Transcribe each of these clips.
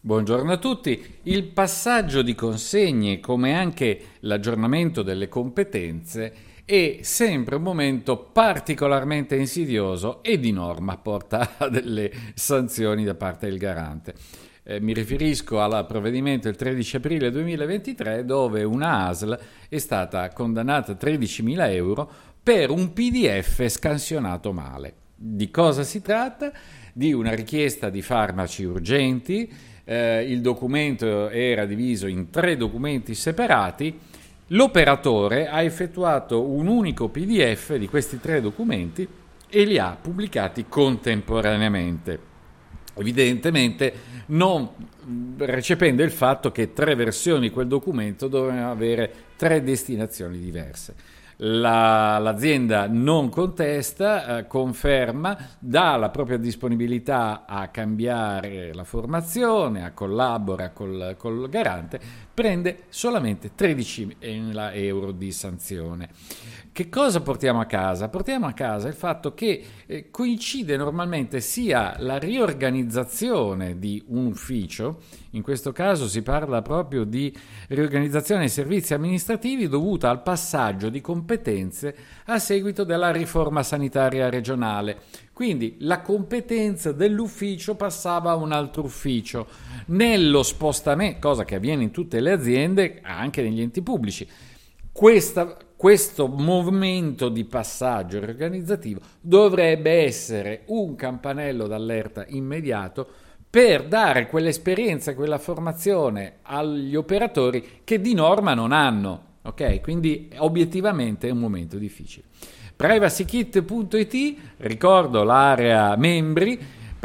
Buongiorno a tutti. Il passaggio di consegne, come anche l'aggiornamento delle competenze, è sempre un momento particolarmente insidioso e di norma porta a delle sanzioni da parte del garante. Mi riferisco al provvedimento del 13 aprile 2023 dove una ASL è stata condannata a 13.000 euro per un PDF scansionato male. Di cosa si tratta? Di una richiesta di farmaci urgenti. Il documento era diviso in 3 documenti separati. L'operatore ha effettuato un unico PDF di questi 3 documenti e li ha pubblicati contemporaneamente, evidentemente non recependo il fatto che 3 versioni di quel documento dovevano avere 3 destinazioni diverse. L'azienda non contesta, conferma, dà la propria disponibilità a cambiare la formazione, collabora col garante, prende solamente 13.000 euro di sanzione. Che cosa portiamo a casa? Portiamo a casa il fatto che coincide normalmente sia la riorganizzazione di un ufficio, in questo caso si parla proprio di riorganizzazione dei servizi amministrativi dovuta al passaggio di competenze a seguito della riforma sanitaria regionale. Quindi la competenza dell'ufficio passava a un altro ufficio. Nello spostamento, cosa che avviene in tutte le aziende, anche negli enti pubblici, questo movimento di passaggio organizzativo dovrebbe essere un campanello d'allerta immediato per dare quell'esperienza, quella formazione agli operatori che di norma non hanno. Ok? Quindi obiettivamente è un momento difficile. privacykit.it, ricordo l'area membri,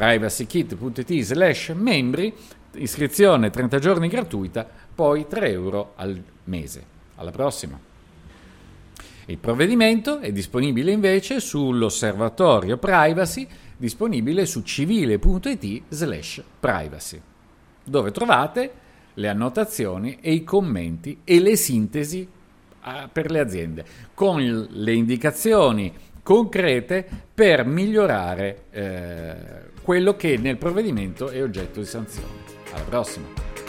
privacykit.it/membri, iscrizione 30 giorni gratuita, poi 3 euro al mese. Alla prossima. Il provvedimento è disponibile invece sull'osservatorio privacy, disponibile su civile.it/privacy, dove trovate le annotazioni e i commenti e le sintesi per le aziende, con le indicazioni concrete per migliorare quello che nel provvedimento è oggetto di sanzione. Alla prossima!